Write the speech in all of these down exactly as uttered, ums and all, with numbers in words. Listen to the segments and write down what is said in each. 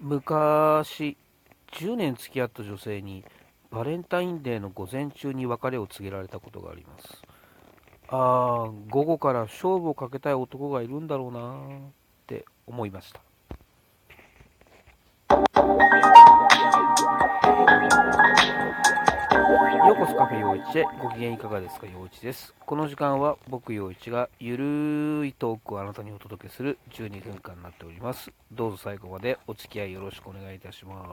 昔、じゅうねん付き合った女性にバレンタインデーの午前中に別れを告げられたことがあります。ああ、午後から勝負をかけたい男がいるんだろうなーって思いました。ようこそカフェ陽一へ。ご機嫌いかがですか？陽一です。この時間は僕陽一がゆるいトークをあなたにお届けするじゅうにふんかんになっております。どうぞ最後までお付き合いよろしくお願いいたします。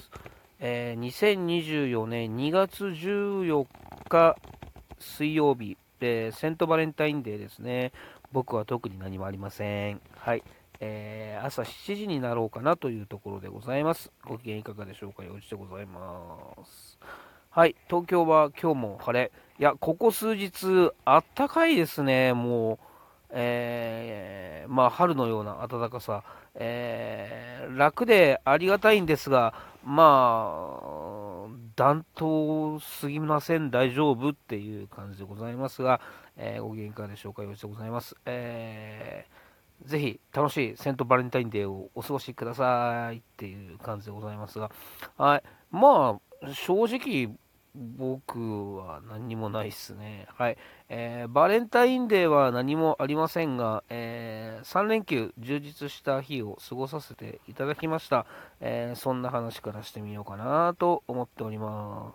えーにせんにじゅうよねんにがつじゅうよっか水曜日、えーセントバレンタインデーですね。僕は特に何もありません。はい。えー朝しちじになろうかなというところでございます。ご機嫌いかがでしょうか？陽一でございます。はい、東京は今日も晴れ。いや、ここ数日、あったかいですね、もう、えーまあ、春のような暖かさ、えー楽でありがたいんですが、まあ、暖冬すぎません、大丈夫っていう感じでございますが、えーご機嫌いかがでしょうか？よろしくございます。えーぜひ楽しいセントバレンタインデーをお過ごしくださいっていう感じでございますが、はい。まあ、正直、僕は何にもないっすね。はい。えーバレンタインデーは何もありませんが、えーさん連休充実した日を過ごさせていただきました。えーそんな話からしてみようかなと思っております。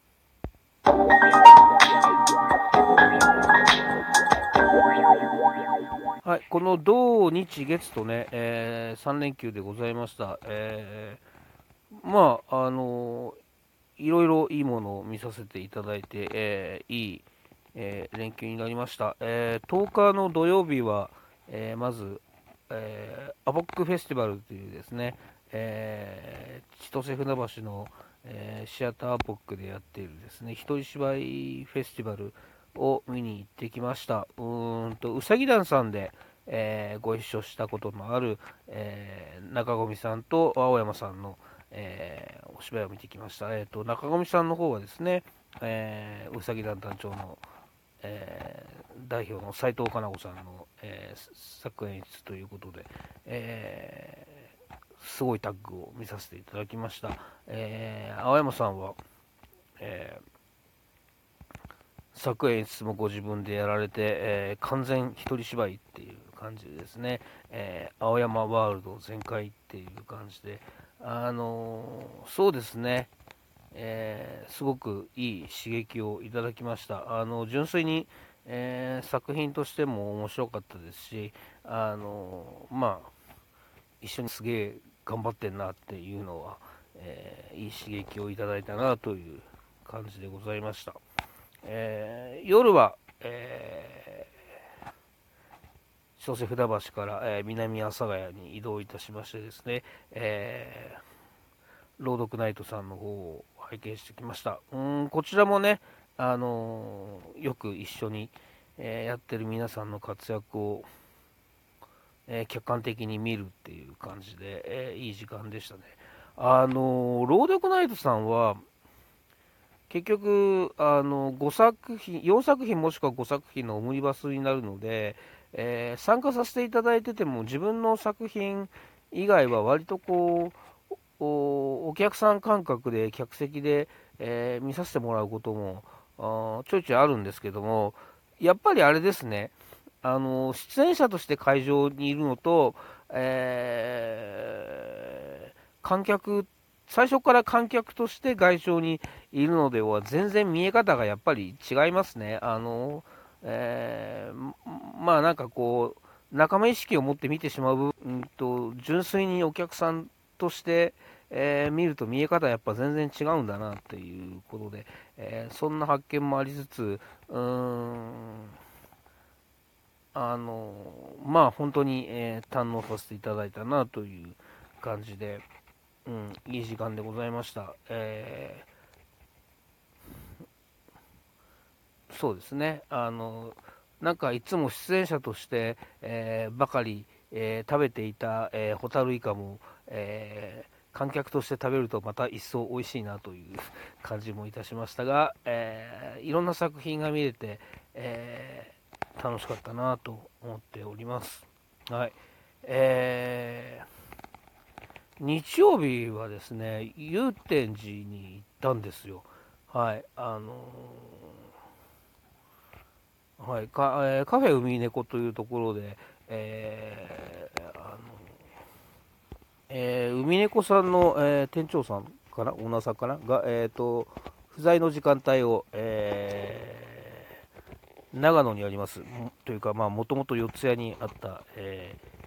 はい。この土日月とね、えさん連休でございました。えーまあ、あのいろいろいいものを見させていただいて、えーいい、えー連休になりました。えーとおかの土曜日は、えーまず、えーアボックフェスティバルというですね、えー千歳船橋の、えーシアターアボックでやっているですね、一人芝居フェスティバルを見に行ってきました。うーんと、うさぎ団さんで、えーご一緒したことのある、えー中込さんと青山さんの、えーお芝居を見てきました。えーと、中込さんの方はですね、えーうさぎ団団長の、えー代表の斉藤かな子さんの、えー作演出ということで、えーすごいタッグを見させていただきました。えー青山さんは、えー作演出もご自分でやられて、えー完全一人芝居っていう感じでですね、えー青山ワールド全開っていう感じで、あのーそうですね、えーすごくいい刺激をいただきました。あの純粋に、えー作品としても面白かったですし、あのまあ、一緒にすげえ頑張ってんなっていうのは、えーいい刺激をいただいたなという感じでございました。えー夜は、えー、千歳船橋から、えー南阿佐ヶ谷に移動いたしましてですね、えー朗読ナイトさんの方を拝見してきました。うーん、こちらもね、あのーよく一緒に、えーやってる皆さんの活躍を、えー客観的に見るっていう感じで、えーいい時間でしたね。あのー朗読ナイトさんは、結局、あのご作品、よんさく品もしくはごさく品のオムニバスになるので、えー参加させていただいてても、自分の作品以外は割とこう、おお客さん感覚で客席で、えー見させてもらうこともあーちょいちょいあるんですけども、やっぱりあれですね、あの出演者として会場にいるのと、えー観客、最初から観客として会場にいるのでは全然見え方がやっぱり違いますね。あのえーまあなんかこう仲間意識を持って見てしまう部分と純粋にお客さんとして、えー見ると見え方やっぱ全然違うんだなっていうことで、えーそんな発見もありつつ、うーんあのまあ本当に、えー堪能させていただいたなという感じで、うん、いい時間でございました。えーそうですね。あの、なんかいつも出演者として、えーばかり、えー食べていた、えーホタルイカも、えー観客として食べるとまた一層美味しいなという感じもいたしましたが、えーいろんな作品が見れて、えー楽しかったなと思っております。はい。えー日曜日はですね、祐天寺に行ったんですよ。はい、あのーはい、か、えーカフェ海猫というところで、えーあのえー海猫さんの、えー店長さんかな、オーナーさんかなが、えーと、不在の時間帯を、えー長野にあります、というか、まあ、もともと四谷にあった、えー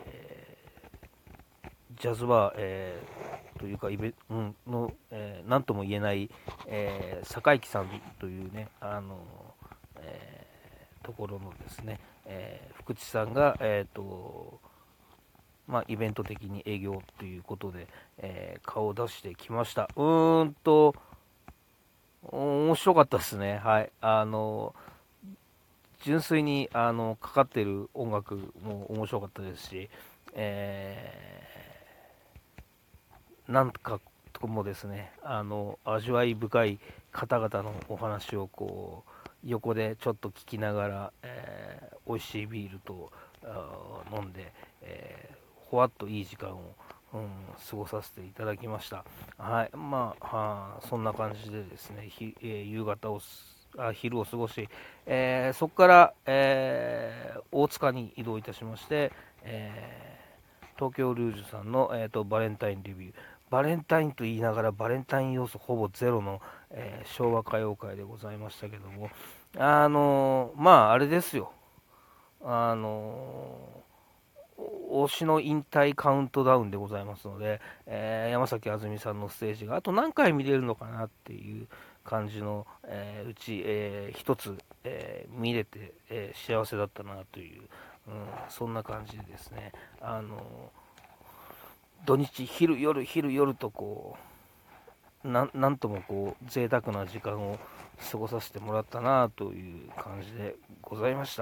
ジャズバー、えーというかイベ、うん、の、えーなんとも言えない、えー、坂井さんというね、あのえーところのですね、えー福地さんが、えーとまあ、イベント的に営業ということで、えー顔を出してきました。うーんと、面白かったですね。はい。あの純粋にあのかかってる音楽も面白かったですし、えなんかもですね、あの味わい深い方々のお話をこう横でちょっと聞きながら、えー、美味しいビールと飲んで、えー、ほわっといい時間を、うん、過ごさせていただきました。はい、まあ、はあ、そんな感じでですね、ひえー、夕方をあ昼を過ごし、えー、そこから、えー、大塚に移動いたしまして、えー、東京ルージュさんの、えーと、バレンタインレビュー、バレンタインと言いながらバレンタイン要素ほぼゼロの、えー昭和歌謡界でございましたけども、あのーまああれですよ、あのー推しの引退カウントダウンでございますので、えー山崎あずみさんのステージがあと何回見れるのかなっていう感じの、えーうち、えー一つ、えー見れて、えー幸せだったなという、うん、そんな感じでですね、あのー土日昼夜昼夜とこうなんなんともこう贅沢な時間を過ごさせてもらったなという感じでございました。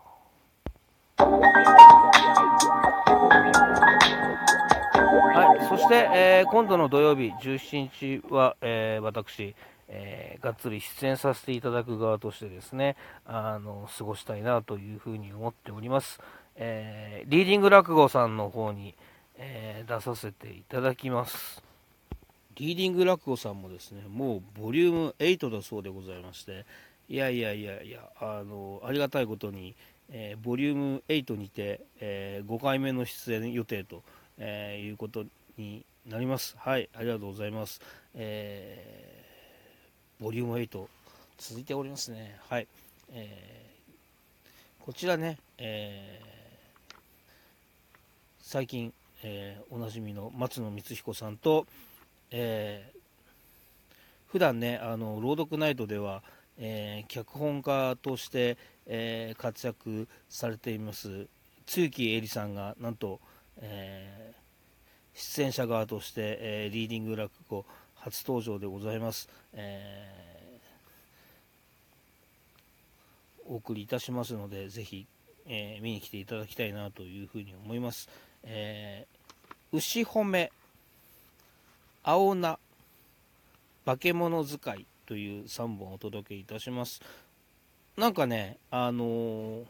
はい、そして、えー今度の土曜日じゅうしちにちは、えー私、えーがっつり出演させていただく側としてですね、あの過ごしたいなというふうに思っております。えーリーディング落語さんの方に、えー出させていただきます。リーディング落語さんもですね、もうボリュームエイトだそうでございまして、いやいやいやいや、あのありがたいことに、えーボリュームエイトにて、えーごかいめの出演予定と、えーいうことになります。はい、ありがとうございます。えーボリュームエイト続いておりますね。はい、えーこちらね、えー最近、えーおなじみの松野光彦さんと、えー普段ね、あの朗読ナイトでは、えー脚本家として、えー活躍されています露木恵里さんがなんと、えー出演者側として、えーリーディング落語初登場でございます。えーお送りいたしますので、ぜひ、えー見に来ていただきたいなというふうに思います。えー牛褒め、青菜、化け物使いというさんぼんお届けいたします。なんかね、あのー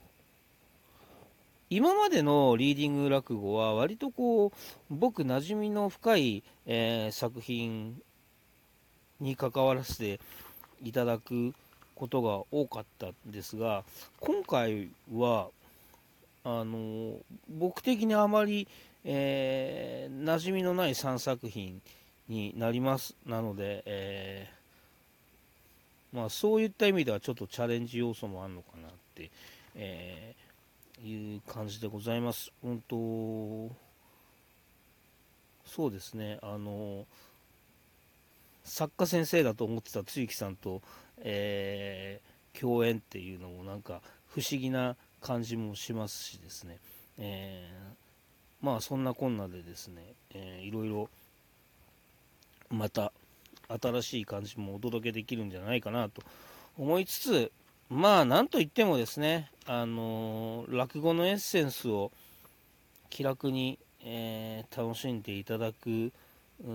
今までのリーディング落語は割とこう僕馴染みの深い、えー作品に関わらせていただくことが多かったんですが、今回はあの僕的にあまり、えー馴染みのないさんさく品になりますなので、えーまあ、そういった意味ではちょっとチャレンジ要素もあるのかなって、えーいう感じでございます。うんとそうですね、あの作家先生だと思ってた露木さんと、えー共演っていうのもなんか不思議な感じもしますしですね、えーまあそんなこんなでですね、えーいろいろまた新しい感じもお届けできるんじゃないかなと思いつつ、まあなんといってもですね、あのー落語のエッセンスを気楽に、えー楽しんでいただく、うん、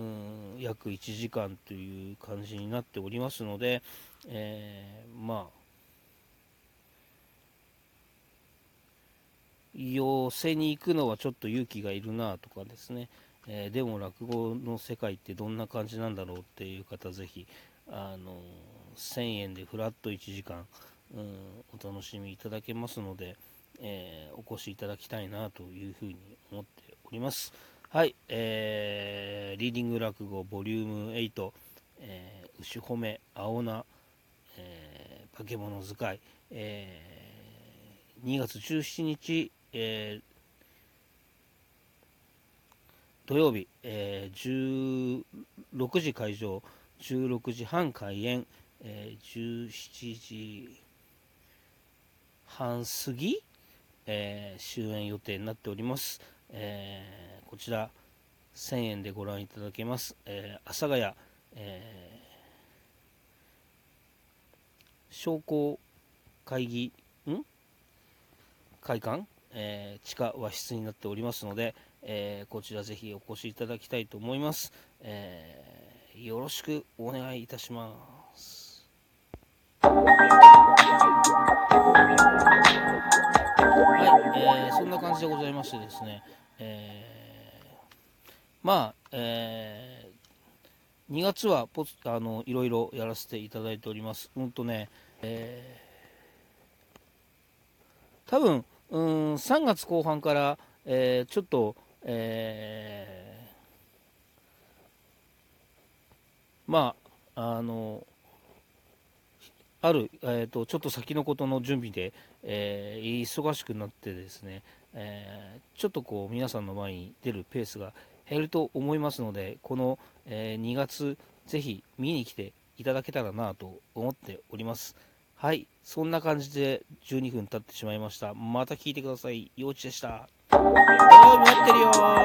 約いちじかんという感じになっておりますので、えーまあ寄席に行くのはちょっと勇気がいるなとかですね、えー、でも落語の世界ってどんな感じなんだろうっていう方、ぜひあのせんえんでフラッといちじかん、うん、お楽しみいただけますので、えー、お越しいただきたいなというふうに思っております。はい、えー、リーディング落語ボリュームエイト、えー、牛褒め青菜、えー、化け物使い、えー、にがつじゅうしちにち、えー、土曜日、えー、じゅうろくじ会場、じゅうろくじはん開演、えー、じゅうしちじはん過ぎ、えー、終演予定になっております。えー、こちらせんえんでご覧いただけます。えー、阿佐ヶ谷、えー、商工会議ん会館、えー、地下和室になっておりますので、えー、こちらぜひお越しいただきたいと思います。えー、よろしくお願いいたします。はい、えー、そんな感じでございましてですね、えー、まあ、えー、にがつはポツあのいろいろやらせていただいております。ほんとね、えー、多分うーんさんがつこう半から、えー、ちょっと、えー、まああのある、えーと、ちょっと先のことの準備で、えー、忙しくなってですね、えー、ちょっとこう皆さんの前に出るペースが減ると思いますので、この、えー、にがつぜひ見に来ていただけたらなと思っております。はい、そんな感じでじゅうにふん経ってしまいました。また聞いてください。ようちでした。土曜日待ってるよー。